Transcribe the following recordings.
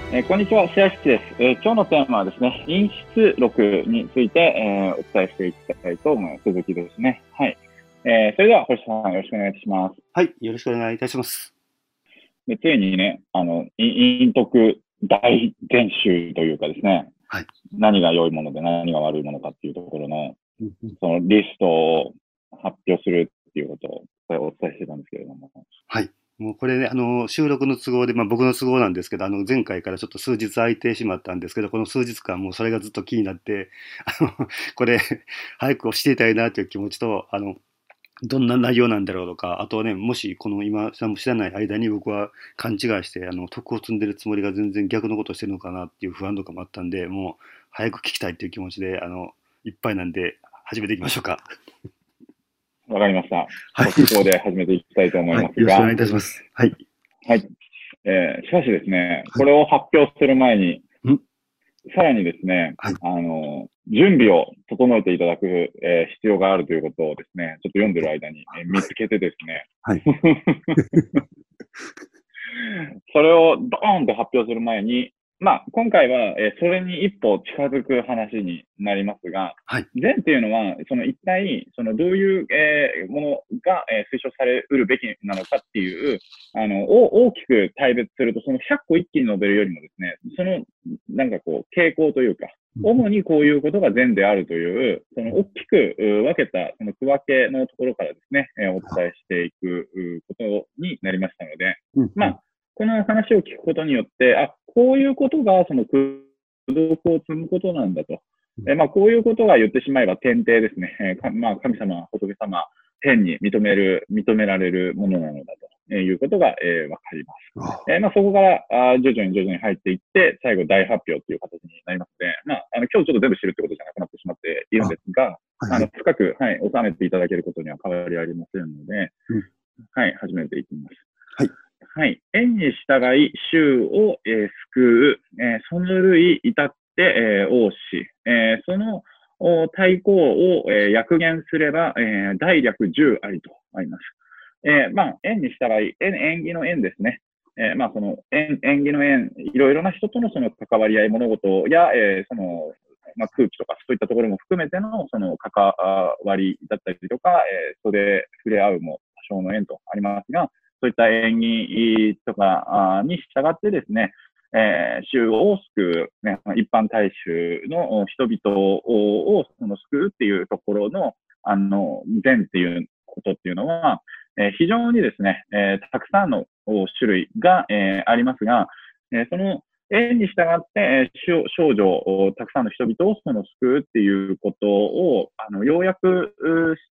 こんにちは、白石です。今日のテーマはですね、陰出録について、お伝えしていきたいと思います。続きですね。はい。それでは、星さんよろしくお願いします。 はい、よろしくお願いいたします。 でついにね、陰徳大全集というかですね、 はい。 何が良いもので何が悪いものかっていうところの、 うんうん、 そのリストを発表するっていうことをお伝えしてたんですけれども。 はい。もうこれね、収録の都合で、僕の都合なんですけど、前回からちょっと数日空いてしまったんですけど、この数日間もうそれがずっと気になって、これ、早くしていたいなという気持ちと、どんな内容なんだろうとか、あとはね、もしこの今、知らない間に僕は勘違いして、徳を積んでるつもりが全然逆のことをしてるのかなっていう不安とかもあったんで、もう早く聞きたいっていう気持ちで、いっぱいなんで、始めていきましょうか。 わかりました。 はい。 速報で始めていきたいと思いはい。 ますが、 よろしくお願いいたします。はい。 はい。しかしですね、 はい。 これを発表する前に、 んさらにですね、 はい。 準備を整えていただく、必要があるということをですね、ちょっと読んでる間に、見つけてですね、 はい。 それをドーンと発表する前に、今回は、それに一歩近づく話になりますが、 はい。 善っていうのは、その一体、そのどういう、ものが、推奨されうるべきなのかっていう、大きく大別すると、その100個一気に述べるよりもですね、その、なんかこう、傾向というか、主にこういうことが善であるという、その大きく分けた、その区分けのところからですね、お伝えしていくことになりましたので、 うんうん。 この話を聞くことによって、こういうことがその功徳を積むことなんだと。こういうことが言ってしまえば天帝ですね。神様、仏様、天に認められるものなのだということが、わかります。 あそこから徐々に入っていって、最後大発表という形になりますので、今日ちょっと全部知るってことじゃなくなってしまっているんあ、 ですが、 はいはい。 深く、はい、収めていただけることには変わりありませんので、 うん。 はい、始めていきます。 はい。 はい。縁に従い、衆を、救う、その類至って、応し、その対抗を、約言すれば、大略10ありとあります。縁に従い、縁起の縁ですね。その縁起の縁、いろいろな人とのその関わり合い、物事や、空気とかそういったところも含めてのその関わりだったりとか、それ触れ合うも多少の縁とありますが、そういった縁起とかに従ってですね、衆を救う、ね、一般大衆の人々をその救うっていうところの、善っていうことっていうのは、非常にですね、たくさんの種類が、ありますが、その縁に従って、少女、たくさんの人々をその救うっていうことを、要約して、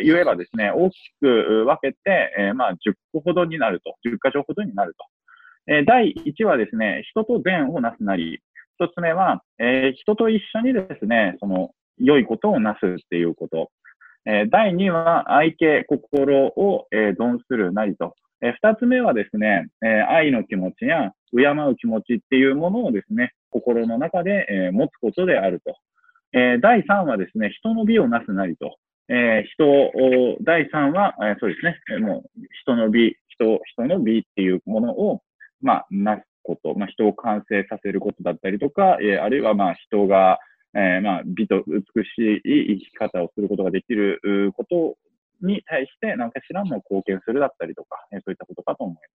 言えばですね、大きく分けて、10個ほどになると、10箇条ほどになると。第1はですね、人と善をなすなり。一つ目は、人と一緒にですね、その良いことをなすっていうこと。第2は愛敬、心を、存するなりと。2つ目はですね、愛の気持ちや敬う気持ちっていうものをですね、心の中で、持つことであると。第3はですね、人の美をなすなりと。第3は、そうですね、もう人の美、人の美っていうものを、なすこと、人を完成させることだったりとか、あるいは人が、美と美しい生き方をすることができることに対して何かしらの貢献するだったりとか、そういったことかと思います。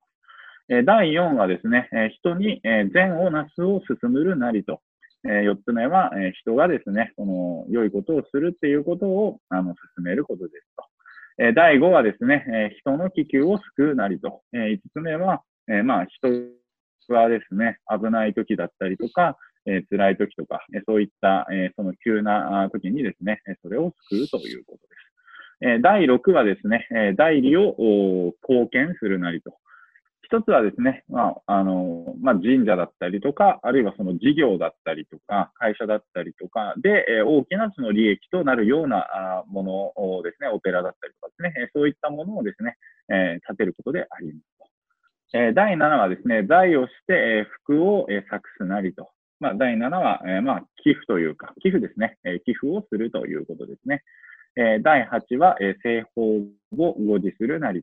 第4はですね、人に善をなすを進むるなりと。4つ目は、人がですね、この良いことをするっていうことを進めることですと。第5はですね、人の気球を救うなりと。5つ目は、人はですね、危ない時だったりとか、辛い時とか、そういった、その急な時にですね、それを救うということです。第6はですね、代理を貢献するなりと。一つはですね、神社だったりとか、あるいはその事業だったりとか、会社だったりとかで、大きなその利益となるようなものをですね、お寺だったりとかですね、そういったものをですね、立てることであります。第7はですね、財をして、福を、作すなりと。第7は、寄付というか、寄付ですね、寄付をするということですね。第8は、製法を護持するなりと。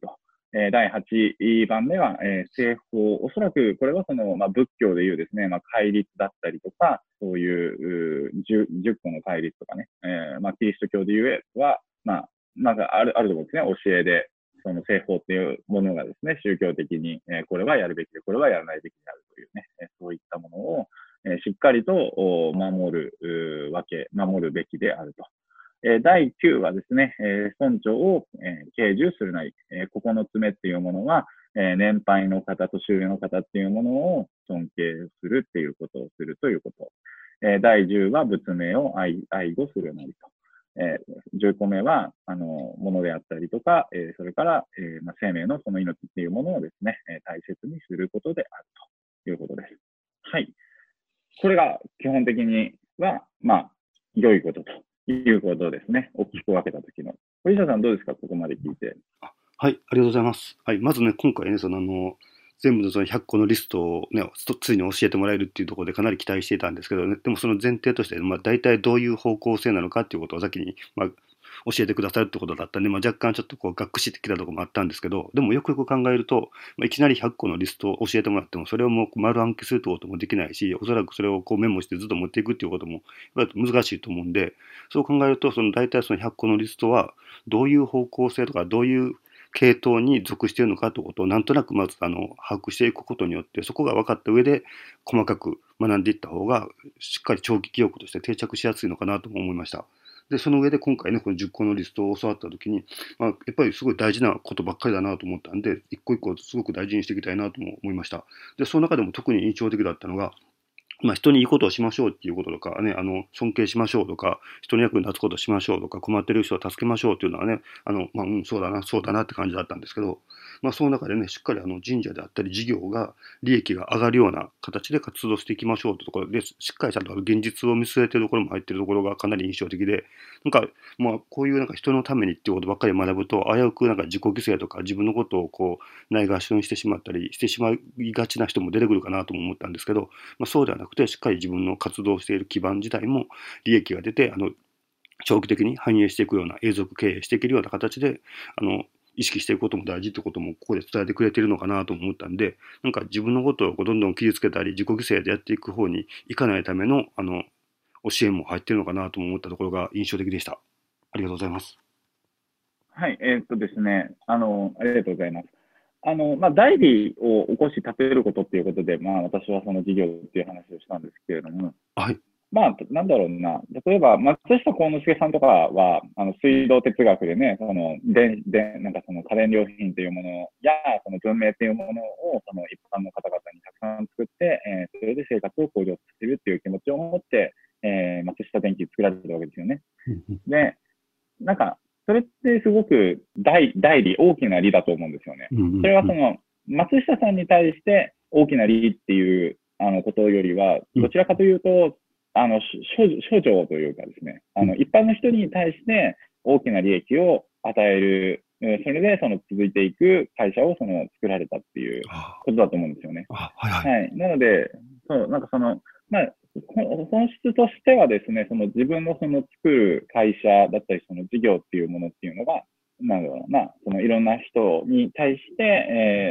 第8番目は、西方。おそらくこれはその、仏教でいうですね、戒律だったりとか、そういう10個の戒律とかね、キリスト教で言えば、なんかあると思うんですね、教えで。その西法っていうものがですね、宗教的に、これはやるべきで、これはやらないべきであるというね、そういったものを、しっかりと守るべきであると。第9はですね、村長を、敬重するなり、9つ目っていうものは、年配の方、年上の方っていうものを尊敬するっていうことをするということ。第10は仏名を愛護するなりと。10個目は、ものであったりとか、それから、生命のその命っていうものをですね、大切にすることであるということです。はい。これが基本的には、良いことということですね。大きく分けたときの。堀下さんどうですか、ここまで聞いて。 はい、ありがとうございます。はい、まずね、今回ね、全部のその100個のリストをね、ついに教えてもらえるっていうところでかなり期待していたんですけどね、でもその前提として、大体どういう方向性なのかっていうことを先に、教えてくださるってことだったんで、若干ちょっとこう、がっくしってきたところもあったんですけど、でもよくよく考えると、いきなり100個のリストを教えてもらっても、それをもう丸暗記するってこともできないし、おそらくそれをこうメモしてずっと持っていくっていうことも、やっぱり難しいと思うんで、そう考えると、大体その100個のリストは、どういう方向性とか、どういう系統に属しているのかということをなんとなくまず把握していくことによって、そこが分かった上で細かく学んでいった方がしっかり長期記憶として定着しやすいのかなとも思いました。で、その上で今回ね、この10個のリストを教わった時に、やっぱりすごい大事なことばっかりだなと思ったんで、一個一個すごく大事にしていきたいなとも思いました。で、その中でも特に印象的だったのが、人にいいことをしましょうっていうこととかね、尊敬しましょうとか、人の役に立つことをしましょうとか、困ってる人を助けましょうっていうのはね、そうだな、そうだなって感じだったんですけど、その中でね、しっかり神社であったり事業が、利益が上がるような形で活動していきましょうってところで、しっかりちゃんと現実を見据えてるところも入ってるところがかなり印象的で、なんか、こういうなんか人のためにっていうことばっかり学ぶと、危うくなんか自己犠牲とか自分のことをこう、ないがしろにしてしまったりしてしまいがちな人も出てくるかなとも思ったんですけど、そうではなくて、しっかり自分の活動している基盤自体も利益が出て、長期的に反映していくような、永続経営していけるような形で、意識していくことも大事ってこともここで伝えてくれているのかなと思ったんで、なんか自分のことをどんどん傷つけたり、自己犠牲でやっていく方に行かないための、教えも入っているのかなと思ったところが印象的でした。ありがとうございます。 はい、ですね、ありがとうございます。代理を起こし立てることっていうことで、私はその事業っていう話をしたんですけれども、 はい。 なんだろうな、例えば、松下幸之助さんとかは、水道哲学でね、なんかその家電量品というものや、その文明っていうものを、その一般の方々にたくさん作って、それで生活を向上させるっていう気持ちを持って、松下電器作られてるわけですよね。で、なんか、それってすごく大利、大きな利だと思うんですよね。それはその、松下さんに対して大きな利っていうことよりは、どちらかというと、処女というかですね、一般の人に対して大きな利益を与える、それでその続いていく会社を作られたっていうことだと思うんですよね。はい。なので、そう、なんか本質としてはですね、その自分のその作る会社だったり、その事業っていうものっていうのが、なんだろうな、そのいろんな人に対して、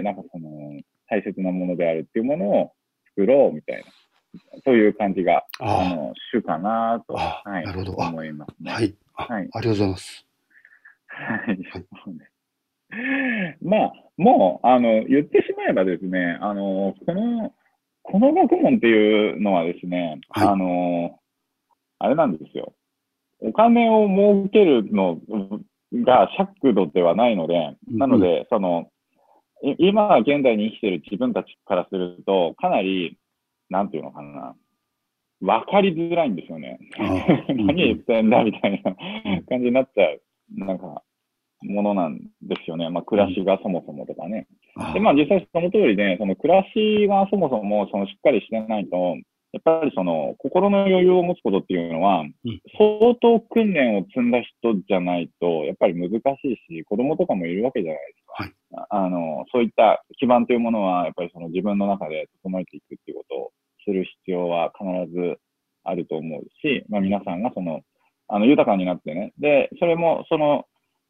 なんかその大切なものであるっていうものを作ろうみたいな、そういう感じが、主かなと、はい、 なるほど。 思いますね。 はい。 はい。 ありがとうございます。 はい。もう、言ってしまえばですね、この学問っていうのはですね、 はい。 あれなんですよ。お金を儲けるのが尺度ではないので、なので、今現代に生きている自分たちからすると、かなり、なんていうのかな、わかりづらいんですよね。何言ってんだみたいな感じになっちゃう、なんか、ものなんですよね。暮らしがそもそもとかね。で、実際その通りで、その暮らしがそもそもしっかりしてないと、やっぱり心の余裕を持つことっていうのは、相当訓練を積んだ人じゃないと、やっぱり難しいし、子供とかもいるわけじゃないですか。そういった基盤というものは、やっぱり自分の中で整えていくっていうことをする必要は必ずあると思うし、皆さんが豊かになってね。で、それも、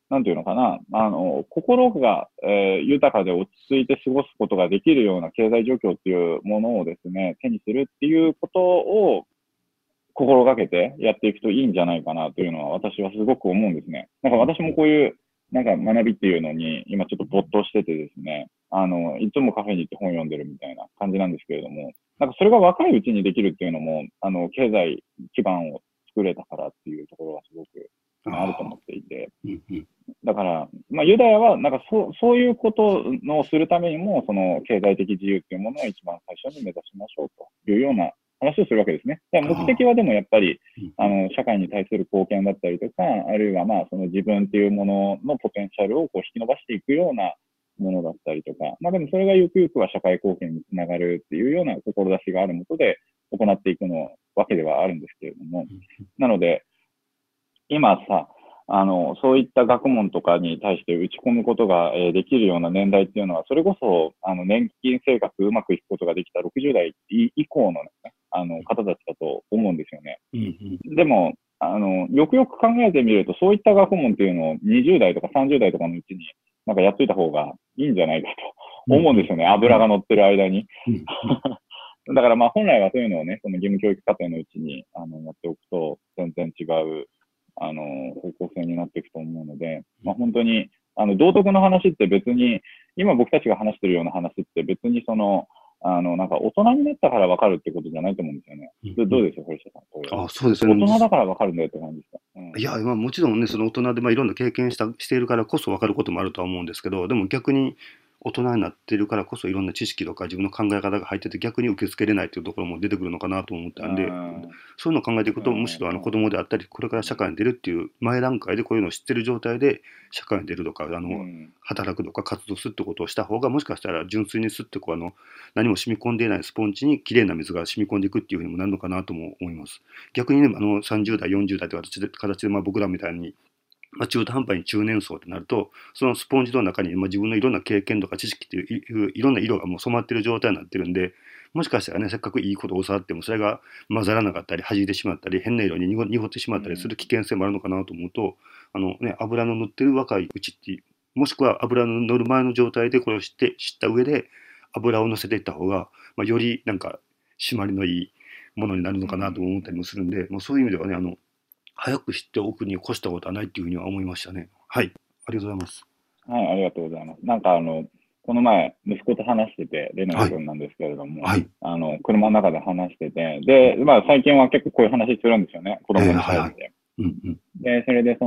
なんていうのかな、心が、豊かで落ち着いて過ごすことができるような経済状況っていうものをですね、手にするっていうことを心がけてやっていくといいんじゃないかなというのは私はすごく思うんですね。なんか私もこういうなんか学びっていうのに今ちょっと没頭しててですね、いつもカフェに行って本読んでるみたいな感じなんですけれども、なんかそれが若いうちにできるっていうのも、経済基盤を作れたからっていうところがすごくあると思っていて、だから、まあ、ユダヤは、なんかそういうことをするためにも、その経済的自由っていうものを一番最初に目指しましょうというような話をするわけですね。目的はでもやっぱり、社会に対する貢献だったりとか、あるいはまあ、その自分っていうもののポテンシャルをこう引き伸ばしていくようなものだったりとか、まあでもそれがゆくゆくは社会貢献につながるっていうような志があるもとで行っていくのわけではあるんですけれども、なので、今さ、そういった学問とかに対して打ち込むことが、できるような年代っていうのは、それこそ、年金生活うまくいくことができた60代以降のね、方たちだと思うんですよね。でも、よくよく考えてみると、そういった学問っていうのを20代とか30代とかのうちに、なんかやっといた方がいいんじゃないかと思うんですよね。油が乗ってる間に。だからまあ本来はそういうのをね、その義務教育課程のうちに、やっておくと、全然違う、方向性になっていくと思うので、まあ本当に、道徳の話って別に、今僕たちが話してるような話って別にその、なんか大人になったから分かるってことじゃないと思うんですよね。どうですよ、堀下さん。これそうですね。 大人だから分かるんだよって感じですか。 いや、まあ、もちろんね、その大人で、まあ、いろんな経験しているからこそ分かることもあるとは思うんですけど、でも逆に大人になっているからこそいろんな知識とか自分の考え方が入ってて逆に受け付けれないというところも出てくるのかなと思ったんで、そういうのを考えていくと、むしろ子供であったり、これから社会に出るっていう前段階でこういうのを知ってる状態で社会に出るとか、働くとか活動するってことをした方が、もしかしたら純粋に吸って何も染み込んでいないスポンジにきれいな水が染み込んでいくっていうふうにもなるのかなとも思います。逆にね、30代、40代という形で、まあ、僕らみたいに、まあ、中途半端に中年層となると、そのスポンジの中に、まあ、自分のいろんな経験とか知識っていういろんな色がもう染まっている状態になってるんで、もしかしたらね、せっかくいいことを教わっても、それが混ざらなかったり、弾いてしまったり、変な色に濁ってしまったりする危険性もあるのかなと思うと、油の乗ってる若いうちっていう、もしくは油の乗る前の状態でこれを知った上で、油を乗せていった方が、まあ、よりなんか締まりのいいものになるのかなと思ったりもするんで、もうそういう意味ではね、早く知っておくに越したことはないっていうふうには思いましたね。はい。ありがとうございます。 はい、ありがとうございます。なんかこの前、息子と話してて、レノン君なんですけれども、車の中で話してて、で、まあ最近は結構こういう話するんですよね、子供に対して。で、それで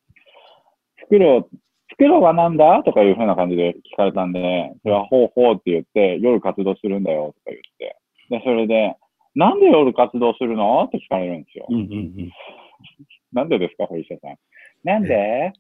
袋はなんだとかいうふうな感じで聞かれたんで、それはほうほうって言って、夜活動するんだよとか言って、で、それで、なんで夜活動するのって聞かれるんですよ。なんでですか、堀下さん。なんで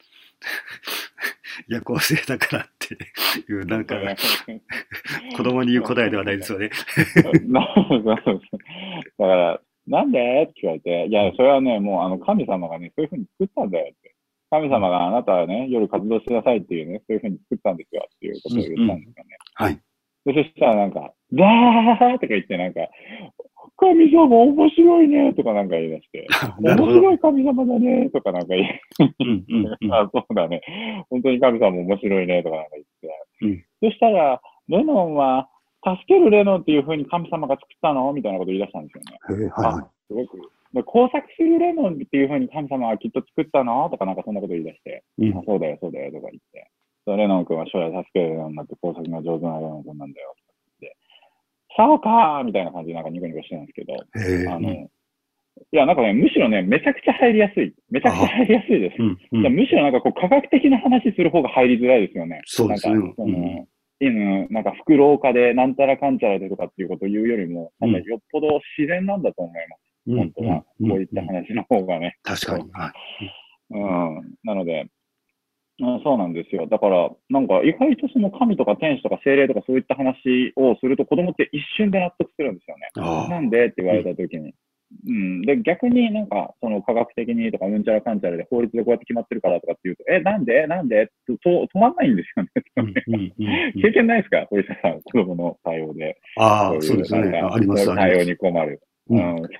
夜行性だからっていう、なんか、子供に言う答えではないですよね。 だから、なんでって言われて、いや、それはね、もう神様がね、そういうふうに作ったんだよって。神様があなたはね、夜活動しなさいっていうね、そういうふうに作ったんですよっていうことを言ったんですよね。 はい。 で、そしたらなんか、だーとか言ってなんか、神様面白いねとかなんか言い出して、面白い神様だねとかなんか言い、あ、そうだね。本当に神様面白いねとかなんか言って、そしたら、レノンは、助けるレノンっていう風に神様が作ったのみたいなこと言い出したんですよね。すごく。工作するレノンっていう風に神様はきっと作ったのとかなんかそんなこと言い出して、あ、そうだよ、そうだよとか言って、レノン君は将来助けるレノンになって工作が上手なレノン君なんだよとか言って、そうかーみたいな感じでなんかニコニコしてるんですけど、いや、なんかね、むしろね、めちゃくちゃ入りやすい。めちゃくちゃ入りやすいです。むしろなんかこう、科学的な話する方が入りづらいですよね。 そうですね。 なんか、服老化で、なんたらかんちゃらでとかっていうことを言うよりも、なんかよっぽど自然なんだと思います。本当は。こういった話の方がね。 確かに。 なので、そうなんですよ。だから、なんか意外とその神とか天使とか精霊とかそういった話をすると子供って一瞬で納得するんですよね。なんでって言われたときに。で、逆になんか、その科学的にとか、うんちゃらかんちゃらで法律でこうやって決まってるからとかっていうと、なんで止まんないんですよね。経験ないですか堀下さん、子供の対応で。 そうですね。あります。 対応に困る。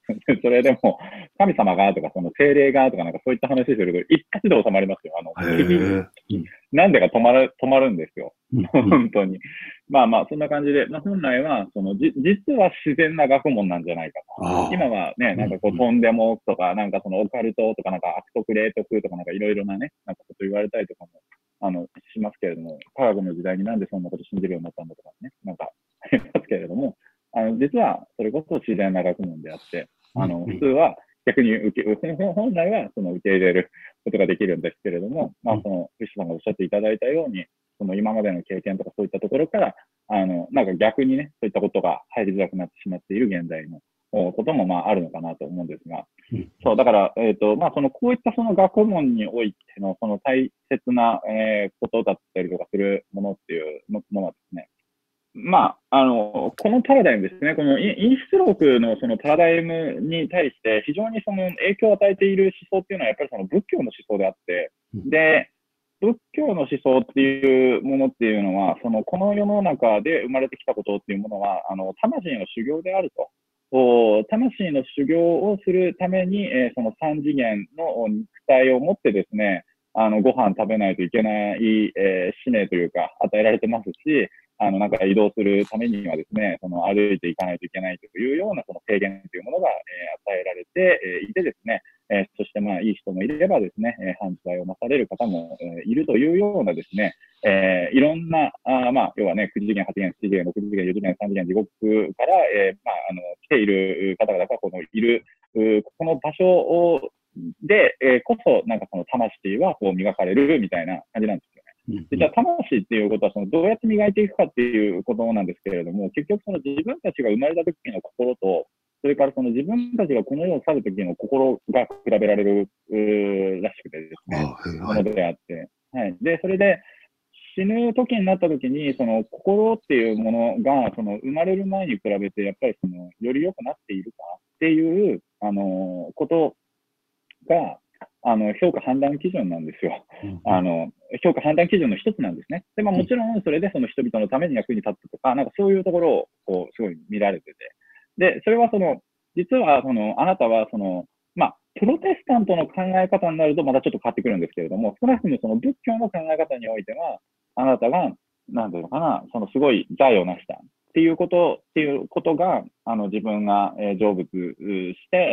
それでも、神様がとか、その精霊がとか、なんかそういった話すると、一発で収まりますよ。 へえ。 なんでか止まるんですよ。 うんうん。 本当に。まあまあ、そんな感じで、まあ本来は、実は自然な学問なんじゃないかと。今ああ。 はね、なんかこう、 うんうん。 とんでもとか、なんかそのオカルトとか、なんか悪徳霊徳とか、なんかいろいろなね、なんかこと言われたりとかも、しますけれども、科学の時代になんでそんなこと信じるようになったんだとかね、なんか、ありますけれども、実はそれこそ自然な学問であって、 うんうん。 普通は逆に本来はその受け入れることができるんですけれども、まあ、 うんその、フィッシュさんがおっしゃっていただいたように、その今までの経験とかそういったところから、なんか逆にね、そういったことが入りづらくなってしまっている現在のこともまああるのかなと思うんですが、 うんそう、だから、まあ、こういったその学問においての、その大切な、ことだったりとかするものっていうものはですね、まあ、このパラダイムですね、このインストロークのそのパラダイムに対して非常にその影響を与えている思想っていうのはやっぱりその仏教の思想であって、 うんで、仏教の思想っていうものっていうのは、この世の中で生まれてきたことっていうものは、魂の修行であると。魂の修行をするために、その三次元の肉体を持ってですね、ご飯食べないといけない、使命というか、与えられてますし、なんか移動するためにはですね、歩いていかないといけないというようなその制限というものが、与えられて、いてですね、そしてまあいい人もいればですね、犯罪をなされる方も、いるというようなですね、いろんな、まあ、要はね、9次元、8次元、7次元、6次元、4次元、3次元、地獄から、まあ、来ている方々が、いる、この場所で、こそ、なんかその魂はこう磨かれるみたいな感じなんですよね。で、じゃあ、 うんうん。 魂っていうことは、どうやって磨いていくかっていうことなんですけれども、結局、自分たちが生まれた時の心と、それから自分たちがこの世を去る時の心が比べられるらしくてですね、 ああ、はいものはい。 であって、はい。で、それで、死ぬ時になった時に、心っていうものが、生まれる前に比べて、やっぱりより良くなっているかっていう、ことが、評価判断基準なんですよ。 うんうん。 評価判断基準の一つなんですね。で、まあうんもちろんそれでその人々のために役に立つとか、なんかそういうところを、すごい見られてて。で、それは実はあなたはまあ、プロテスタントの考え方になるとまたちょっと変わってくるんですけれども、少なくとも仏教の考え方においては、あなたが、なんていうのかな、すごい財を成したっていうことが、自分が成仏して、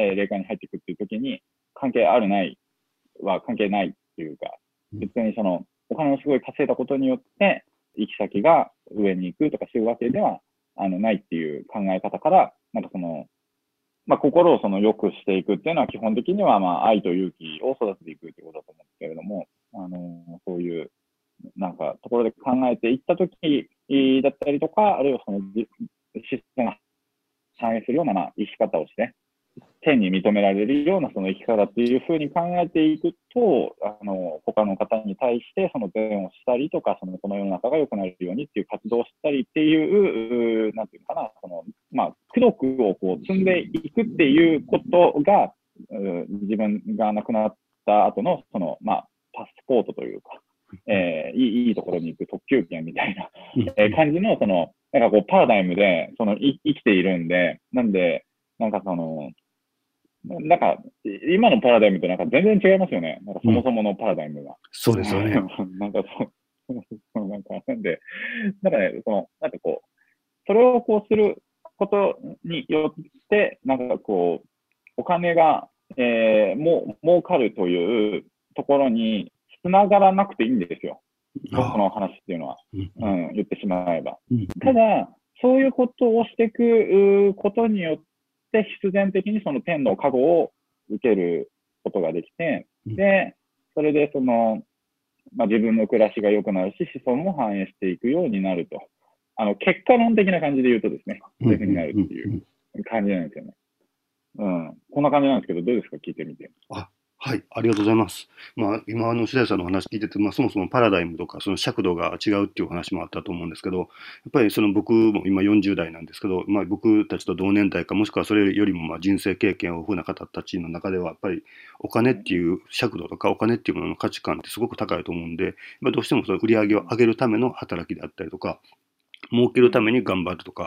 霊界に入っていくっていう時に、関係あるないは関係ないっていうか、 うん別にお金をすごい稼いだことによって、行き先が上に行くとかそういうわけでは、ないっていう考え方から、なんかまあ、心を良くしていくっていうのは基本的には、まあ、愛と勇気を育てていくってことだと思うんですけれども、そういう、なんか、ところで考えていったときだったりとか、あるいはシステムが反映するような、まあ、生き方をして、天に認められるようなその生き方っていうふうに考えていくと、他の方に対してその善をしたりとか、この世の中が良くなるようにっていう活動をしたりっていう、なんていうのかな、まあ、功徳をこう積んでいくっていうことが、自分が亡くなった後の、まあ、パスポートというか、いいところに行く特急券みたいな、 うんうん。 感じの、なんかこう、パラダイムで、生きているんで、なんで、なんかなんか、今のパラダイムとなんか全然違いますよね。なんかうん。 そもそものパラダイムが。 そうですよね。 なんかなんか、なんで、なんかね、なんかこう、それをこうすることによって、なんかこう、お金が、儲かるというところに繋がらなくていいんですよ。こああ。 の話っていうのは。 うんうん。 言ってしまえば。 うんうん。 ただ、そういうことをしていくことによって、必然的にその天の加護を受けることができて、 うん。 で、それでまあ、自分の暮らしが良くなるし、子孫も繁栄していくようになると。結果論的な感じで言うとですね、 うんうそういうふうになんうんうん。 るっていう感じなんですよね。こんな感じなんですけど、どうですか聞いてみて。 あ、はい、ありがとうございます。まあ、今白石さんのお話聞いてて、まあ、そもそもパラダイムとか、その尺度が違うっていうお話もあったと思うんですけど、やっぱり僕も今40代なんですけど、まあ、僕たちと同年代か、もしくはそれよりもまあ人生経験豊富な方たちの中では、やっぱりお金っていう尺度とか、お金っていうものの価値観ってすごく高いと思うんで、まあ、どうしてもその売り上げを上げるための働きであったりとか、儲けるために頑張るとか、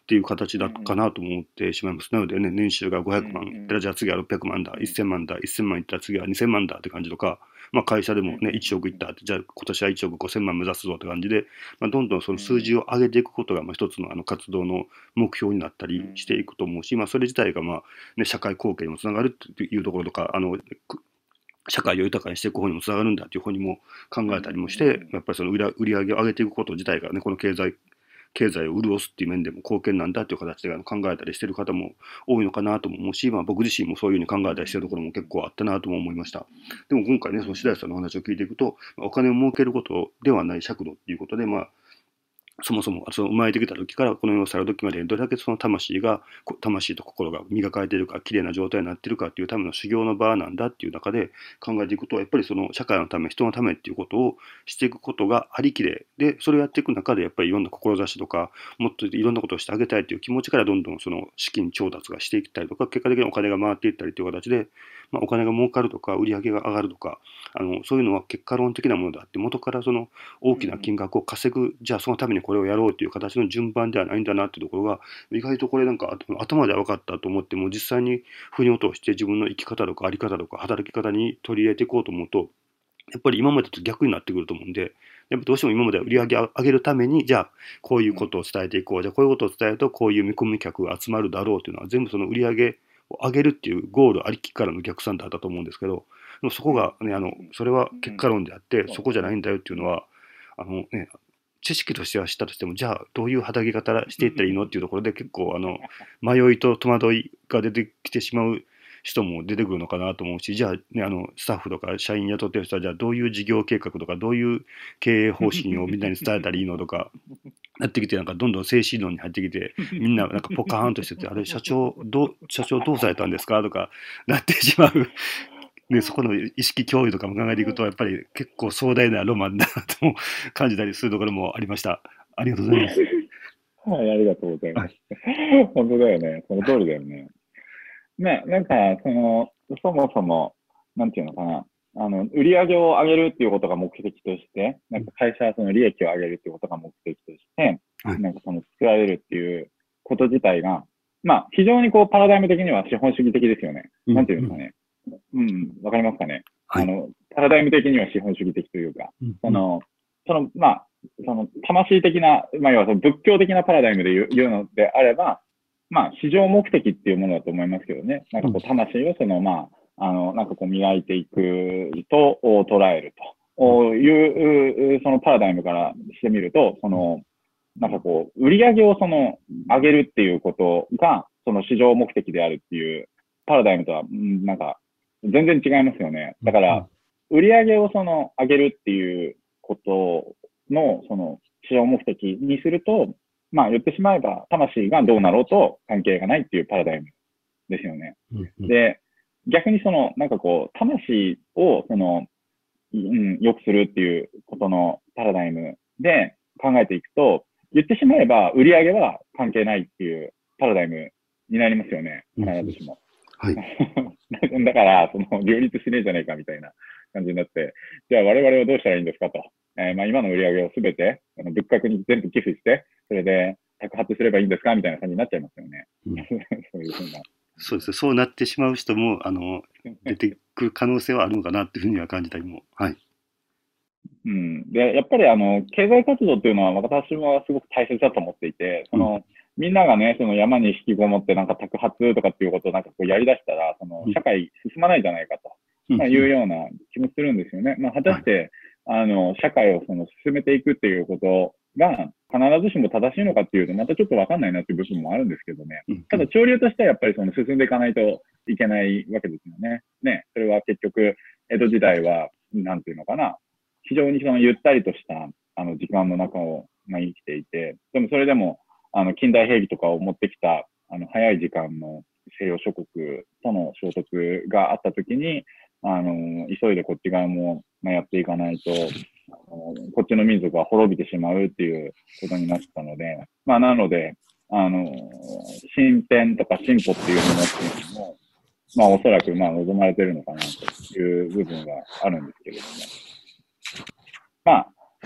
っていう形だかなと思ってしまいます。なのでね、年収が500万いったら、じゃあ次は600万だ、1000万だ、1000万いったら次は2000万だって感じとか、まあ会社でもね、1億いったって、じゃあ今年は1億5000万目指すぞって感じで、まあ、どんどんその数字を上げていくことが、まあ一つの活動の目標になったりしていくと思うし、まあそれ自体がまあね、社会貢献にもつながるっていうところとか、社会を豊かにしていく方にもつながるんだっていう方にも考えたりもして、やっぱりその売り上げを上げていくこと自体がね、この経済を潤すっていう面でも貢献なんだっていう形で考えたりしてる方も多いのかなとも思うし、まあ、僕自身もそういうふうに考えたりしてるところも結構あったなとも思いました。でも今回ね、その白石さんのお話を聞いていくと、お金を儲けることではない尺度っていうことで、まあ、そもそもその生まれてきた時からこの世を去る時までどれだけその魂と心が磨かれているか、綺麗な状態になっているかっていうための修行の場なんだっていう中で考えていくと、やっぱりその社会のため、人のためっていうことをしていくことがありきで、でそれをやっていく中でやっぱりいろんな志とか、もっといろんなことをしてあげたいという気持ちからどんどんその資金調達がしていったりとか、結果的にお金が回っていったりという形で、まあ、お金が儲かるとか売り上げが上がるとか、そういうのは結果論的なものであって、元からその大きな金額を稼ぐ、じゃあそのためにこれをやろうという形の順番ではないんだなっていうところが、意外とこれなんか頭では分かったと思っても、実際に腑に落として自分の生き方とかあり方とか働き方に取り入れていこうと思うと、やっぱり今までと逆になってくると思うんで、やっぱどうしても今までは売り上げを上げるために、じゃあこういうことを伝えていこう、じゃあこういうことを伝えるとこういう見込み客が集まるだろうというのは、全部その売り上げを上げるっていうゴールありきからの逆算だったと思うんですけど、でもそこがね、それは結果論であって、そこじゃないんだよっていうのは、ね、知識としては知ったとしても、じゃあどういう働き方していったらいいのっていうところで結構迷いと戸惑いが出てきてしまう人も出てくるのかなと思うし、じゃあね、スタッフとか社員雇ってる人は、じゃあどういう事業計画とか、どういう経営方針をみんなに伝えたらいいのとか、なってきて、なんかどんどん精神論に入ってきて、みんななんかポカーンとしてて、あれ、社長どうされたんですかとか、なってしまう。ね、そこの意識共有とかも考えていくと、やっぱり結構壮大なロマンだなとも感じたりするところもありました。ありがとうございます。 はい、ありがとうございはい。 ます。本当だよね。その通りだよね。ね、なんか、そもそも、なんていうのかな。売り上げを上げるっていうことが目的として、なんか会社はその利益を上げるっていうことが目的として、 はい。 なんかその作られるっていうこと自体が、まあ、非常にこう、パラダイム的には資本主義的ですよね。 うん、 なんていうんうん。 ですかね。うん、わかりますかね。 はい。 パラダイム的には資本主義的というか、 うん、うん。 その、まあ、魂的な、まあ、要はその仏教的なパラダイムで言うのであれば、まあ、市場目的っていうものだと思いますけどね。なんうん。 かこう、魂をまあ、なんかこう、磨いていくと捉えるうん。 という、そのパラダイムからしてみると、なんかこう、売り上げを上げるっていうことが、その市場目的であるっていうパラダイムとは、なんか、全然違いますよね。 うん。 だから、 うん。 売り上げを上げるっていうことの、市場目的にすると、まあ言ってしまえば、魂がどうなろうと関係がないっていうパラダイムですよね。 うん。うん。 で、逆になんかこう、魂を、良くするっていうことのパラダイムで考えていくと、言ってしまえば、売り上げは関係ないっていうパラダイムになりますよね。 うん。 必ずしも。 はい。 だから、両立しねえじゃねえかみたいな感じになって、じゃあ我々はどうしたらいいんですかと。まあ今の売り上げをすべて、物価に全部寄付して、それで宅発すればいいんですかみたいな感じになっちゃいますよね。 うん。 そういうふうな。 そうですね。そうなってしまう人も、出てくる可能性はあるのかなっていうふうには感じたりも。はい。 うん。で、やっぱり経済活動っていうのは私もすごく大切だと思っていて、 うん。 みんながね、山に引きこもってなんか宅発とかっていうことをなんかこうやり出したら、 うん。 社会進まないじゃないかと、 うん。 まあ、いうん。 うような気もするんですよね。まあ、果たはい。 して、社会を進めていくっていうことが必ずしも正しいのかっていうと、またちょっとわかんないなっていう部分もあるんですけどね。 うん。うただ、 ん。 潮流としてはやっぱり進んでいかないといけないわけですよね。ね、それは結局、江戸時代は、なんていうのかな、非常にゆったりとした時間の中を、まあ、生きていて、でもそれでも近代兵器とかを持ってきた早い時間の西洋諸国との衝突があったときに、急いでこっち側も、まあ、やっていかないと、こっちの民族は滅びてしまうっていうことになったので、まあ、なので、進展とか進歩っていうものっていうのも、まあ、おそらく、まあ、望まれてるのかなという部分はあるんですけれども。まあ、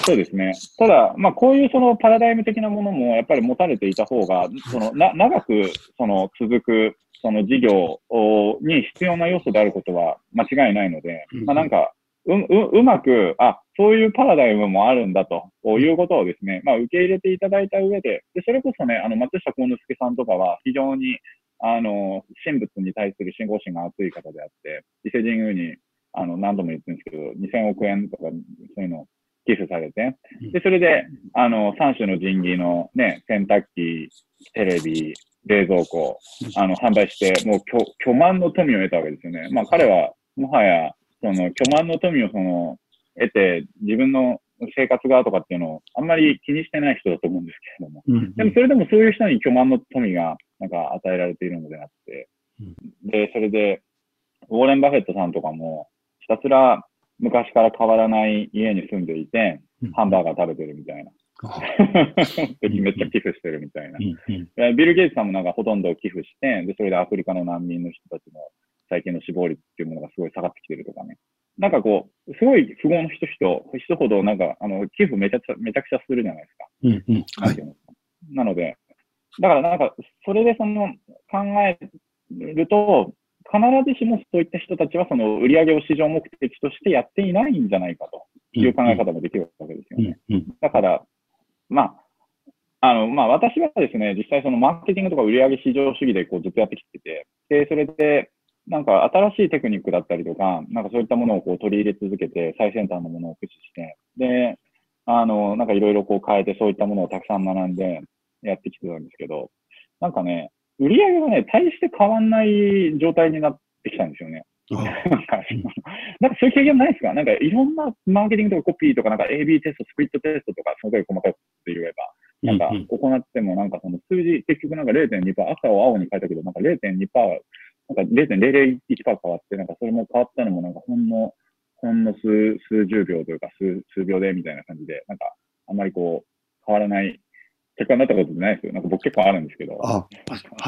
そうですね。ただ、まあ、こういうそのパラダイム的なものもやっぱり持たれていた方が、長く続くその事業に必要な要素であることは間違いないので、まあ、なんか、うまく、そういうパラダイムもあるんだということをですね、まあ、受け入れていただいた上で、それこそね、松下幸之助さんとかは非常に、神仏に対する信仰心が熱い方であって、伊勢神宮に、何度も言ってるんですけど、2000億円とか、そういうのを寄付されて、で、それで、3種の神器のね、洗濯機、テレビ、冷蔵庫、販売して、もう巨万の富を得たわけですよね。まあ、彼は、もはや、巨万の富を得て、自分の生活がとかっていうのをあんまり気にしてない人だと思うんですけれども。でもそれでもそういう人に巨万の富がなんか与えられているのであって。で、それで、ウォーレン・バフェットさんとかも、ひたすら昔から変わらない家に住んでいて、ハンバーガー食べてるみたいな。めっちゃ寄付してるみたいな。ビル・ゲイツさんもなんかほとんど寄付して、で、それでアフリカの難民の人たちの最近の死亡率っていうものがすごい下がってきてるとかね。なんかこう、すごい富豪の人ほど、なんか、寄付めちゃくちゃするじゃないですか。なので、だからなんか、それで考えると、必ずしもそういった人たちはその売り上げを市場目的としてやっていないんじゃないかという考え方もできるわけですよね。だから、まあ、私はですね、実際そのマーケティングとか売上市場主義でこうずっとやってきてて、で、それで、なんか新しいテクニックだったりとか、なんかそういったものをこう取り入れ続けて、最先端のものを駆使して、で、なんかいろいろこう変えて、そういったものをたくさん学んでやってきてたんですけど、なんかね、売り上げがね、大して変わんない状態になってきたんですよね。なんかそういう経験ないですか？なんかいろんなマーケティングとかコピーとか、なんか AB テスト、スプリットテストとか、すごい細かいこと言えば、なんか行っても、なんかその数字、結局なんか 0.2%、赤を青に変えたけど、なんか0.2%、なんか0.001%変わって、なんかそれも変わったのもなんかほんの数十秒というか数秒でみたいな感じで、なんかあんまりこう変わらない結果になったことってないですよ。なんか僕結構あるんですけど。 はい。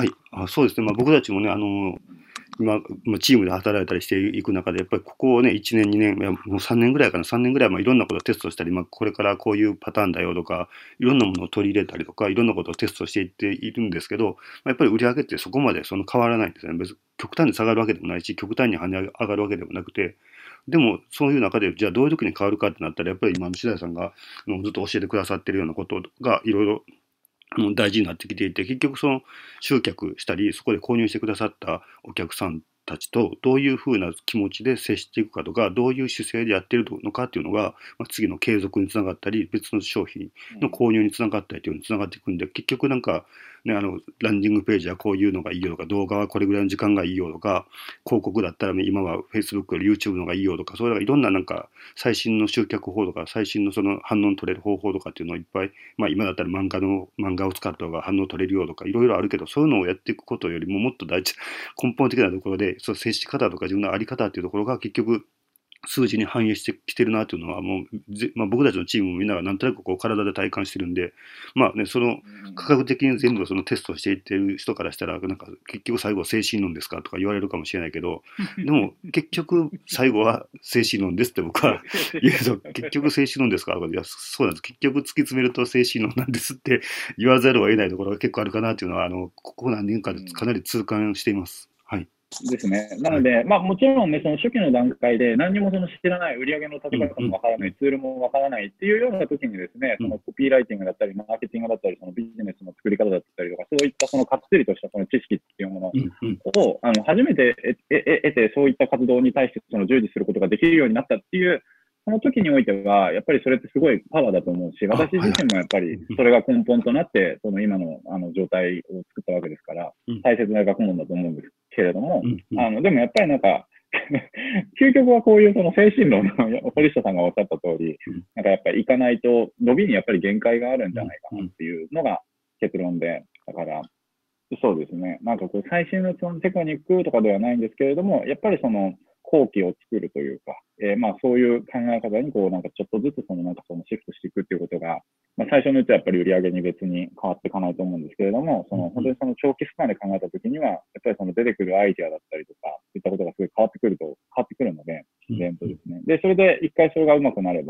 そうですね。まあ僕たちもね、今、チームで働いたりしていく中で、やっぱりここをね、1年、2年、もう3年ぐらいかな、3年ぐらい、いろんなことをテストしたり、これからこういうパターンだよとか、いろんなものを取り入れたりとか、いろんなことをテストしていっているんですけど、やっぱり売り上げってそこまで変わらないんですよね。別に極端に下がるわけでもないし、極端に跳ね上がるわけでもなくて、でも、そういう中で、じゃあどういう時に変わるかってなったら、やっぱり今の白井さんがずっと教えてくださってるようなことがいろいろ大事になってきていて、結局集客したり、そこで購入してくださったお客さんたちとどういうふうな気持ちで接していくかとか、どういう姿勢でやってるのかっていうのが、次の継続につながったり、別の商品の購入につながったりというのにつながっていくんで、結局なんか、ね、ランディングページはこういうのがいいよとか、動画はこれぐらいの時間がいいよとか、広告だったら今は Facebook より YouTube の方がいいよとか、そういういろんななんか最新の集客法とか、最新の反応の取れる方法とかっていうのをいっぱい、今だったら漫画を使った方が反応取れるよとかいろいろあるけど、そういうのをやっていくことよりももっと根本的なところで、接し方とか自分の在り方っていうところが結局数字に反映してきてるなというのはもう僕たちのチームもみんながなんとなくこう体で体感してるんで、科学的に全部テストしていってる人からしたら、なんか結局最後は精神論ですかとか言われるかもしれないけど、でも結局最後は精神論ですって僕は言うと、結局精神論ですかとか、いやそうなんです、結局突き詰めると精神論なんですって言わざるを得ないところが結構あるかなというのはここ何年かでかなり痛感しています。はい。 ですね。なので、もちろんね、その初期の段階で何にも知らない、売り上げの立て方もわからない、ツールもわからないっていうような時にですね、そのコピーライティングだったり、マーケティングだったり、そのビジネスの作り方だったりとか、そういったかっつりとしたその知識っていうものを、初めて得て、そういった活動に対して従事することができるようになったっていう、その時においては、やっぱりそれってすごいパワーだと思うし、私自身もやっぱりそれが根本となって、今の状態を作ったわけですから、大切な学問だと思うんですけれども、でもやっぱりなんか、究極はこういう精神論の堀下さんがおっしゃった通り、なんかやっぱり行かないと伸びにやっぱり限界があるんじゃないかなっていうのが結論で、だから、そうですね。なんかこう最新のテクニックとかではないんですけれども、やっぱり後期を作るというか、そういう考え方になんかちょっとずつシフトしていくっていうことが、最初のうちはやっぱり売り上げに別に変わっていかないと思うんですけれども、本当に長期スパンで考えたときには、やっぱり出てくるアイデアだったりとか、そういったことがすごい変わってくるので、自然とですね。で、それで一回それがうまくなれば、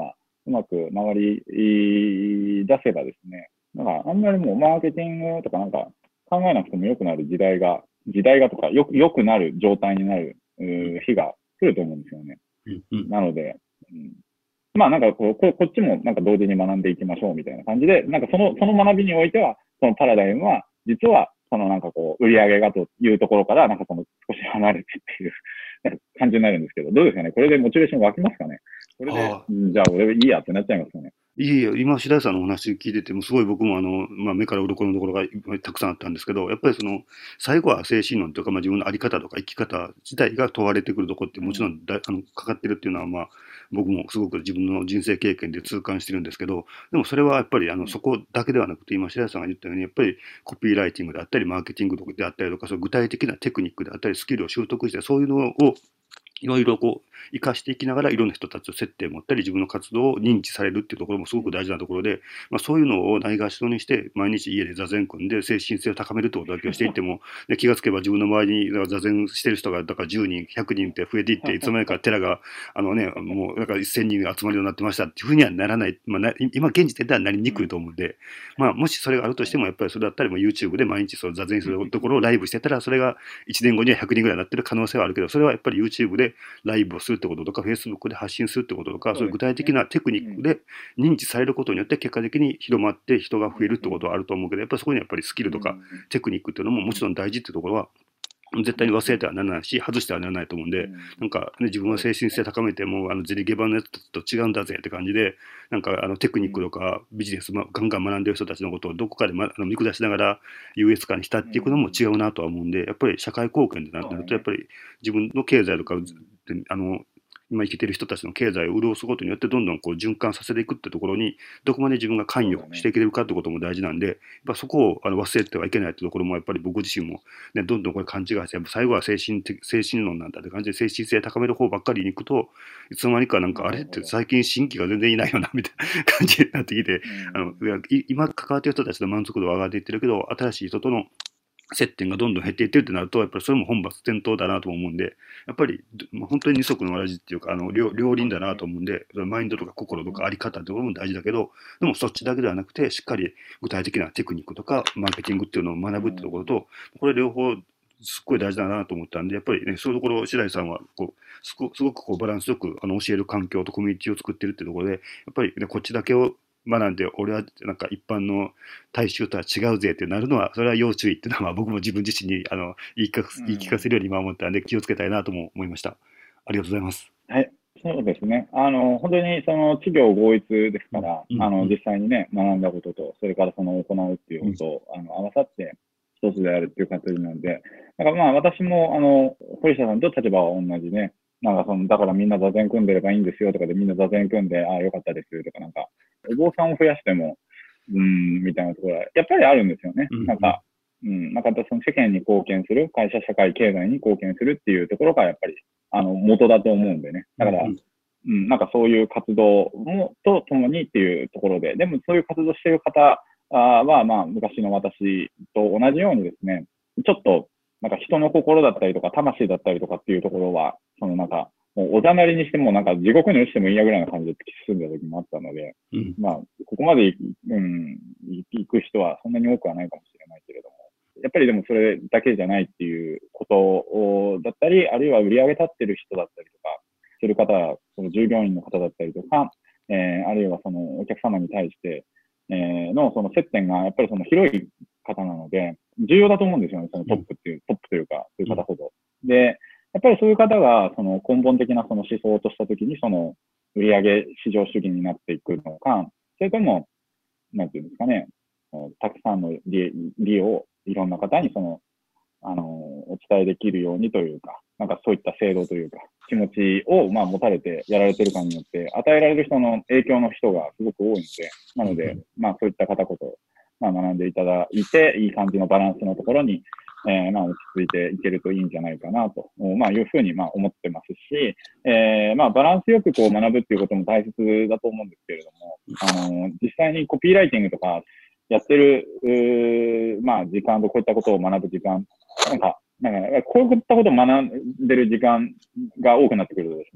うまく回り出せばですね、なんかあんまりもうマーケティングとかなんか考えなくても良くなる時代がとか良くなる状態になる日が来ると思うんですよね。なので、まあなんかこっちもなんか同時に学んでいきましょうみたいな感じで、なんかその学びにおいては、そのパラダイムは、実は、そのなんかこう、売り上げがというところから、なんかその少し離れてっていうなんか感じになるんですけど、どうですかね、これでモチベーション湧きますかね。これで、じゃあ俺いいやってなっちゃいますかね。 いえいえ、今、白井さんのお話聞いてても、すごい僕も目から鱗のところがたくさんあったんですけど、やっぱり最後は精神論というか、自分のあり方とか生き方自体が問われてくるところってもちろんかかってるっていうのは、僕もすごく自分の人生経験で痛感してるんですけど、でもそれはやっぱりそこだけではなくて、今、白井さんが言ったように、やっぱりコピーライティングであったり、マーケティングであったりとか、そう具体的なテクニックであったり、スキルを習得して、そういうのをいろいろ活かしていきながらいろんな人たちと接点を持ったり自分の活動を認知されるっていうところもすごく大事なところで、そういうのをないがしろにして毎日家で座禅組んで精神性を高めるってことだけをしていっても、で気がつけば自分の周りに座禅してる人がだから10人100人って増えていって、いつの間にか寺がもうなんか1000人が集まるようになってましたっていうふうにはならない、今現時点ではなりにくいと思うんで、もしそれがあるとしてもやっぱりそれだったらYouTube で毎日その座禅するところをライブしてたら、それが1年後には100人ぐらいになってる可能性はあるけど、それはやっぱり YouTube でライブをするってこととか、Facebook で発信するってこととか、そういう具体的なテクニックで認知されることによって結果的に広まって人が増えるってことはあると思うけど、やっぱりそこにやっぱりスキルとかテクニックっていうのももちろん大事っていうところは絶対に忘れてはならないし、外してはならないと思うんで、なんかね、自分は精神性高めて、もうゼリゲバのやつと違うんだぜって感じで、なんかテクニックとかビジネス、ガンガン学んでる人たちのことをどこかで、見下しながら優越感に浸っていくのも違うなとは思うんで、やっぱり社会貢献ってなると、やっぱり自分の経済とか、今生きてる人たちの経済を潤すことによってどんどん循環させていくってところにどこまで自分が関与していけるかってことも大事なんで、やっぱそこを忘れてはいけないってところもやっぱり僕自身も、ね、どんどんこれ勘違いして、最後は精神論なんだって感じで精神性高める方ばっかりに行くと、いつの間にかなんかあれって最近新規が全然いないよなみたいな感じになってきて、今関わってる人たちの満足度は上がっていってるけど、新しい人との接点がどんどん減っていってるってなると、やっぱりそれも本末転倒だなと思うんで、やっぱり本当に二足のわらじっていうか、両輪だなと思うんで、マインドとか心とかあり方ってことも大事だけど、でもそっちだけではなくて、しっかり具体的なテクニックとかマーケティングっていうのを学ぶってところと、これ両方すっごい大事だなと思ったんで、やっぱりね、そういうところ、白井さんはすごくバランスよく教える環境とコミュニティを作ってるっていうところで、やっぱりね、こっちだけを学んで、俺はなんか一般の大衆とは違うぜってなるのは、それは要注意っていうのは、僕も自分自身に言い聞かせるように今思ったんで、気をつけたいなとも思いました。ありがとうございます。 はい。そうですね。本当にその企業合一ですから、実際にね、学んだことと、それからその行うっていうことを、合わさって一つであるっていう形なので、だから私も、堀下さんと立場は同じね、なんかだからみんな座禅組んでればいいんですよとかでみんな座禅組んで、ああ、よかったですとかなんか、お坊さんを増やしても、みたいなところは、やっぱりあるんですよね。なんか、なんかその世間に貢献する、会社、社会、経済に貢献するっていうところがやっぱり、元だと思うんでね。だから、なんかそういう活動と共にっていうところで、でもそういう活動している方は、昔の私と同じようにですね、ちょっと、なんか人の心だったりとか、魂だったりとかっていうところは、なんか、もうおざなりにしても、なんか地獄に落ちてもいいやぐらいな感じで突き進んだ時もあったので、ここまで、行く人はそんなに多くはないかもしれないけれども、やっぱりでもそれだけじゃないっていうことだったり、あるいは売り上げ立ってる人だったりとか、する方、その従業員の方だったりとか、あるいはそのお客様に対して、のその接点がやっぱりその広い方なので、重要だと思うんですよね、そのトップというか、そういう方ほど。で、やっぱりそういう方がその根本的なその思想としたときに、その売上市場主義になっていくのか、それとも、なんていうんですかね、たくさんの利をいろんな方にお伝えできるようにというか、なんかそういった制度というか、気持ちを持たれてやられてるかによって、与えられる人の影響の人がすごく多いので、なので、そういった方こそ、学んでいただいて、いい感じのバランスのところに、落ち着いていけるといいんじゃないかなと、いうふうに思ってますし、バランスよく学ぶっていうことも大切だと思うんですけれども、実際にコピーライティングとかやってる、時間とこういったことを学ぶ時間、なんかこういったことを学んでる時間が多くなってくるとですね、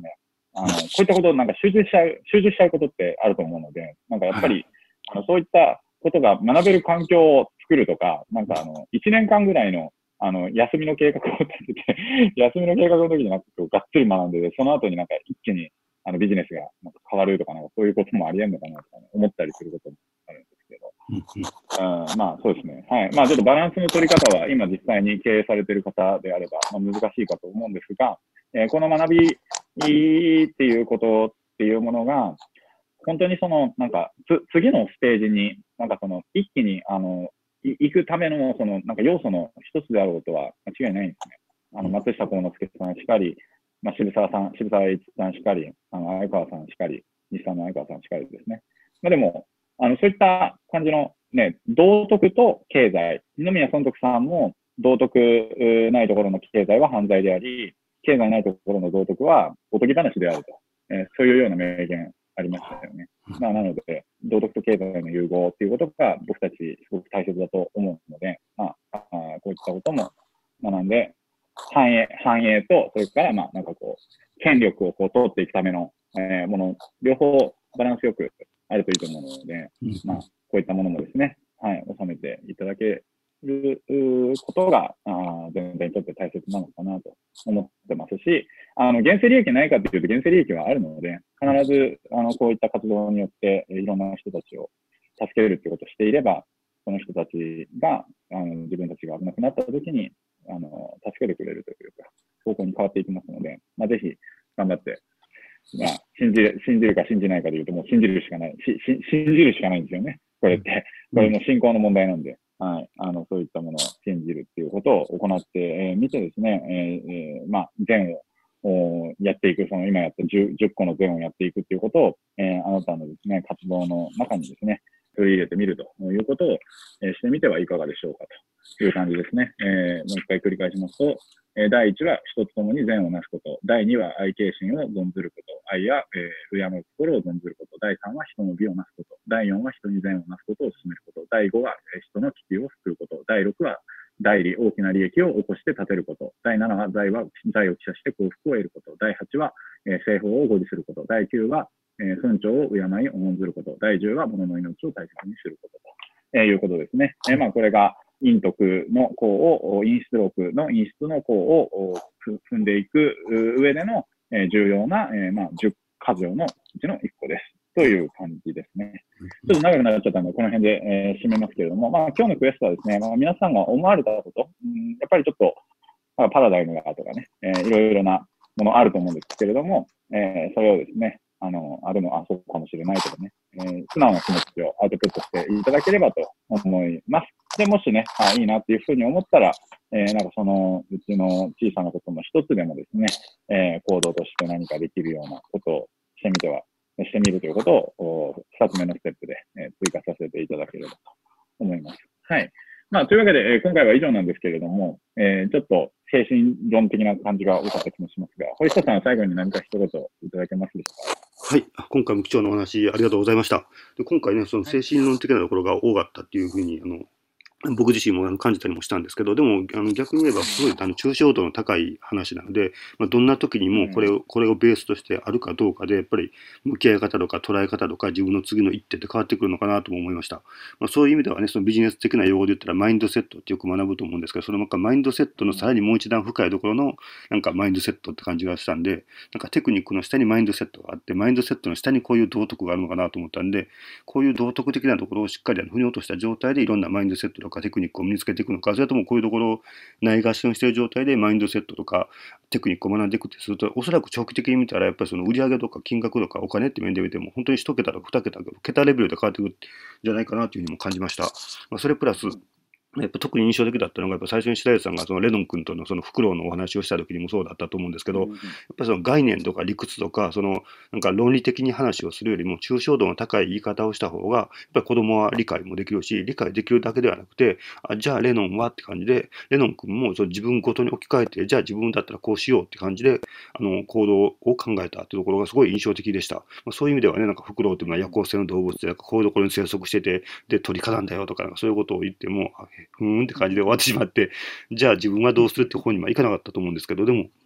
こういったことをなんか集中しちゃうことってあると思うので、なんかやっぱはい。 り、そういったことが学べる環境を作るとか、なんか1年間ぐらいの、休みの計画を立てて、休みの計画の時になんかこうがっつり学んで、その後になんか一気に、ビジネスがなんか変わるとか、なんかそういうこともあり得るのかなとか、ね、思ったりすることもあるんですけど。 うんうんまあそうですね。はい。まあちょっとバランスの取り方は今実際に経営されている方であれば、難しいかと思うんですが、この学びっていうことっていうものが、本当にその、なんか、次のステージに、なんかその、一気に、行くための、その、なんか要素の一つであることは間違いないんですね。 うん松下幸之助さんしかり、渋沢栄一さんしかり、相川さんしかり、日産の相川さんしかりですね。まあでも、そういった感じのね、道徳と経済、二宮尊徳さんも道徳ないところの経済は犯罪であり、経済ないところの道徳はおとぎ話であると。そういうような名言ありましたよね。まあ、なので、道徳と経済の融合っていうことが僕たちすごく大切だと思うので、まあ、こういったことも学んで、繁栄と、それから、まあ、なんかこう、権力をこう通っていくための、もの、両方バランスよくあるといいと思うので、 うんまあ、こういったものもですね、はい、収めていただけることが、全然にとって大切なのかなと思ってますし、現世利益ないかっていうと、現世利益はあるので、必ず、こういった活動によって、いろんな人たちを助けるってことをしていれば、その人たちが、自分たちが危なくなった時に、助けてくれるというか、方向に変わっていきますので、まあ、ぜひ、頑張って、まあ、信じるか信じないかでいうと、もう信じるしかない、信じるしかないんですよね。これって。これも信仰の問題なんで、はい。そういったものを信じるっていうことを行ってみてですね、まあ、善をやっていく、その今やった 10個の善をやっていくっていうことを、あなたのですね、活動の中にですね、取り入れてみるということを、してみてはいかがでしょうかという感じですね。もう一回繰り返しますと、第一は人と共に善をなすこと。第二は愛敬心を存ずること。愛や、敬う心を存ずること。第三は人の美をなすこと。第四は人に善をなすことを進めること。第五は、人の危機を救うこと。第六は大きな利益を起こして立てること。第七は財を希捨して幸福を得ること。第八は、政法を護持すること。第九は、尊重を敬い重んずること。第十は物の命を大切にすることと、いうことですね。まあこれが陰徳の項を、陰出録の陰出の項を踏んでいく上での重要な、まあ、10箇条のうちの1個です。という感じですね。ちょっと長くなっちゃったので、この辺で、締めますけれども、まあ、今日のクエストはですね、まあ、皆さんが思われたこと、やっぱりちょっと、まあ、パラダイムがとかね、いろいろなものあると思うんですけれども、それをですね、でも、そうかもしれないとかね、素直な気持ちをアウトプットしていただければと思います。で、もしね、いいなっていうふうに思ったら、なんかそのうちの小さなことの一つでもですね、行動として何かできるようなことをしてみるということを、二つ目のステップで、追加させていただければと思います。はい。まあ、というわけで、今回は以上なんですけれども、ちょっと精神論的な感じが多かった気もしますが、堀下さんは最後に何か一言いただけますでしょうか。 はい。今回も貴重なお話ありがとうございました。で今回ね、その精神論的なところが多かったっていうふうに、僕自身も感じたりもしたんですけど、でも逆に言えばすごい抽象度の高い話なので、まあ、どんな時にもこれをベースとしてあるかどうかで、やっぱり向き合い方とか捉え方とか自分の次の一手って変わってくるのかなとも思いました。まあ、そういう意味ではね、そのビジネス的な用語で言ったらマインドセットってよく学ぶと思うんですけど、そのなんかマインドセットのさらにもう一段深いところのなんかマインドセットって感じがしたんで、なんかテクニックの下にマインドセットがあって、マインドセットの下にこういう道徳があるのかなと思ったんで、こういう道徳的なところをしっかり腑に落とした状態でいろんなマインドセットとかテクニックを身につけていくのか、それともこういうところをないがしろにしている状態でマインドセットとかテクニックを学んでいくってすると、おそらく長期的に見たらやっぱりその売上とか金額とかお金って面で見ても本当に1桁とか2桁レベルで変わってくるんじゃないかなというふうにも感じました。まあ、それプラスやっぱ特に印象的だったのが、やっぱ最初に白石さんがそのレノン君とのそのフクロウのお話をした時にもそうだったと思うんですけど、やっぱりその概念とか理屈とか、そのなんか論理的に話をするよりも抽象度の高い言い方をした方が、やっぱり子供は理解もできるし、理解できるだけではなくて、じゃあレノンはって感じで、レノン君もその自分ごとに置き換えて、じゃあ自分だったらこうしようって感じで、行動を考えたっていうところがすごい印象的でした。まあ、そういう意味ではね、なんかフクロウというのは夜行性の動物で、こういうところに生息してて、で、鳥かなんだよとか、そういうことを言っても、ふーんって感じで終わってしまって、じゃあ自分はどうするって方にはいかなかったと思うんですけど、でも、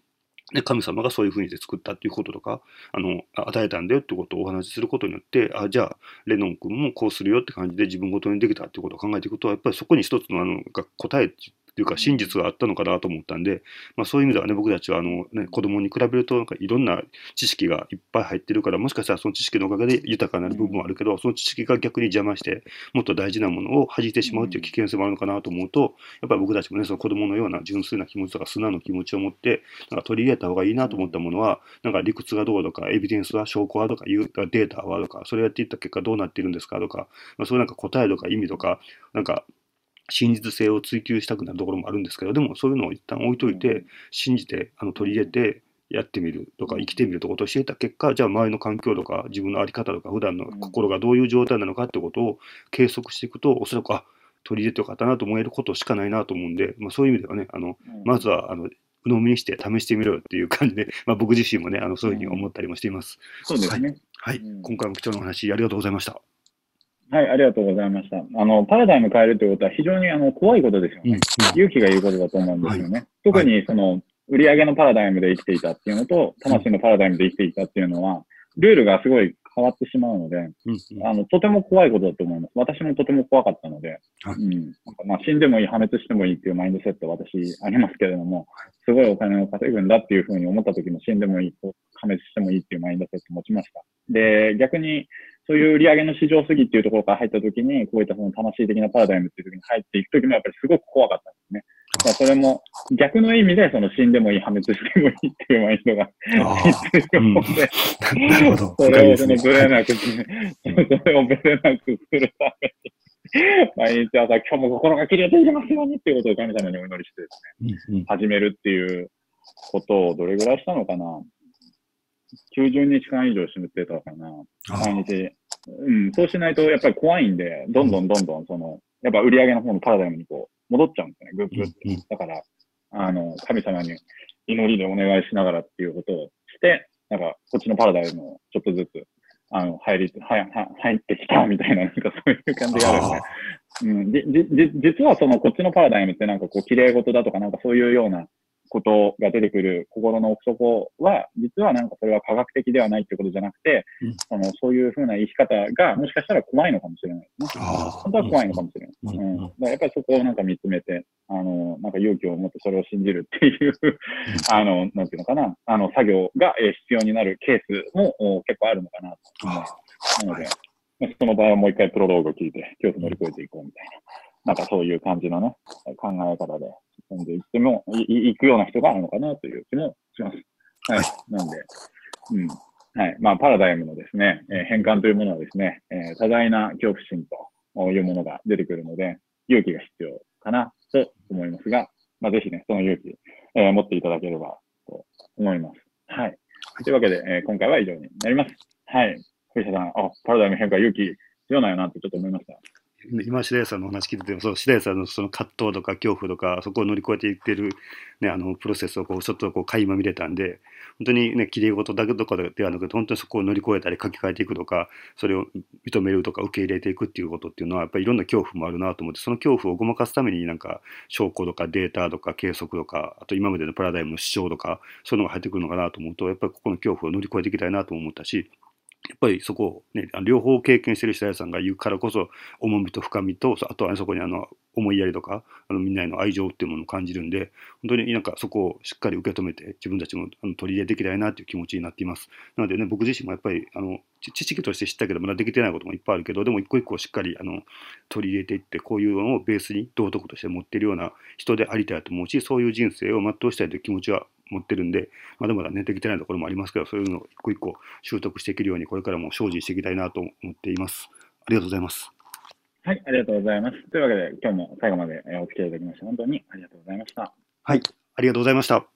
で、神様がそういうふうにして作ったっていうこととか、与えたんだよってことをお話しすることによって、じゃあ、レノン君もこうするよって感じで自分ごとにできたっていうことを考えていくと、やっぱりそこに一つの答えっていうか真実があったのかなと思ったんで、そういう意味ではね、僕たちは子供に比べるとなんかいろんな知識がいっぱい入ってるから、もしかしたらその知識のおかげで豊かになる部分はあるけど、その知識が逆に邪魔して、もっと大事なものを弾いてしまうっていう危険性もあるのかなと思うと、やっぱり僕たちもね、その子供のような純粋な気持ちとか素直な気持ちを持って、なんか取り入れた方がいいなと思ったものは、なんか理屈がどうとか、エビデンスは、証拠はとか、データはとか、それやっていった結果どうなっているんですかとか、そういうなんか答えとか意味とか、なんか真実性を追求したくなるところもあるんですけど、でもそういうのを一旦置いといて、信じて、取り入れて、やってみるとか、生きてみるということをしていた結果、じゃあ周りの環境とか、自分の在り方とか、普段の心がどういう状態なのかってことを計測していくと、おそらく、取り入れてよかったなと思えることしかないなと思うんで、そういう意味ではね、まずは、鵜呑みにして試してみろよっていう感じで、僕自身もね、そういうふうに思ったりもしています。はい。 そうですね。 はい。今回も貴重なお話ありがとうございました。 はい、ありがとうございました。パラダイム変えるということは非常に怖いことですよね。勇気がいることだと思うんですよね。特にその、売上のパラダイムで生きていたっていうのと、魂のパラダイムで生きていたっていうのは、ルールがすごい変わってしまうので、とても怖いことだと思います。私もとても怖かったので、死んでもいい、破滅してもいいっていうマインドセットは私ありますけれども、すごいお金を稼ぐんだっていうふうに思った時も死んでもいい、破滅してもいいっていうマインドセットを持ちました。で、逆に、そういう売上の市場主義っていうところから入った時に、こういったその魂的なパラダイムっていう時に入っていく時もやっぱりすごく怖かったんですね。それも逆の意味で、その死んでもいい、破滅してもいいっていうマインドが必要で、 なるほど。 それをそのブレなく、それをブレなくするために、毎日朝、今日も心が綺麗でいれますようにっていうことを神様にお祈りしてですね、始めるっていうことをどれぐらいしたのかな。90日間以上死ぬってたかな。毎日。そうしないとやっぱり怖いんで、どんどん、その、やっぱ売り上げの方のパラダイムにこう、戻っちゃうんですよね、ぐっぐって。だから、神様に祈りでお願いしながらっていうことをして、なんか、こっちのパラダイムをちょっとずつ、入ってきたみたいな、なんかそういう感じがあるんで。実はその、こっちのパラダイムってなんかこう、綺麗事だとかなんかそういうような、ことが出てくる心の奥底は、実はなんかそれは科学的ではないってことじゃなくて、そういうふうな生き方がもしかしたら怖いのかもしれないですね。本当は怖いのかもしれない。だからやっぱりそこをなんか見つめて、なんか勇気を持ってそれを信じるっていうなんていうのかな、作業が必要になるケースも結構あるのかなと思います。なので、その場合はもう一回プロローグを聞いて、恐怖乗り越えていこうみたいな。なんかそういう感じのね、考え方で進んでいっても、いくような人があるのかなという気もします。はい。なんで、はい。パラダイムのですね、変換というものはですね、多大な恐怖心というものが出てくるので、勇気が必要かなと思いますが、ぜひね、その勇気、持っていただければと思います。はい。というわけで、今回は以上になります。はい。藤田さん、パラダイム変化勇気必要なんやなってちょっと思いました。 今、白石さんのお話聞いてても、白石さんのその葛藤とか恐怖とか、そこを乗り越えていってる、ね、プロセスをちょっと垣間見れたんで、本当にね、綺麗事だけとかではなくて、本当にそこを乗り越えたり書き換えていくとか、それを認めるとか受け入れていくっていうことっていうのは、やっぱりいろんな恐怖もあるなと思って、その恐怖をごまかすためになんか、証拠とかデータとか計測とか、あと今までのパラダイムの主張とか、そういうのが入ってくるのかなと思うと、やっぱりここの恐怖を乗り越えていきたいなと思ったし、やっぱりそこをね、両方経験してる白石さんが言うからこそ、重みと深みと、あとは、ね、そこに思いやりとか、みんなへの愛情っていうものを感じるんで、本当になんかそこをしっかり受け止めて、自分たちも取り入れていきたいなという気持ちになっています。なのでね、僕自身もやっぱり、知識として知ったけど、まだできてないこともいっぱいあるけど、でも一個一個しっかり、取り入れていって、こういうのをベースに道徳として持っているような人でありたいと思うし、そういう人生を全うしたいという気持ちは持ってるんで、まだまだね、できてないところもありますけど、そういうのを一個一個習得していけるように、これからも精進していきたいなと思っています。ありがとうございます。 はい、ありがとうございます。というわけで、今日も最後までお付き合いいただきまして、本当にありがとうございました。 はい、ありがとうございました。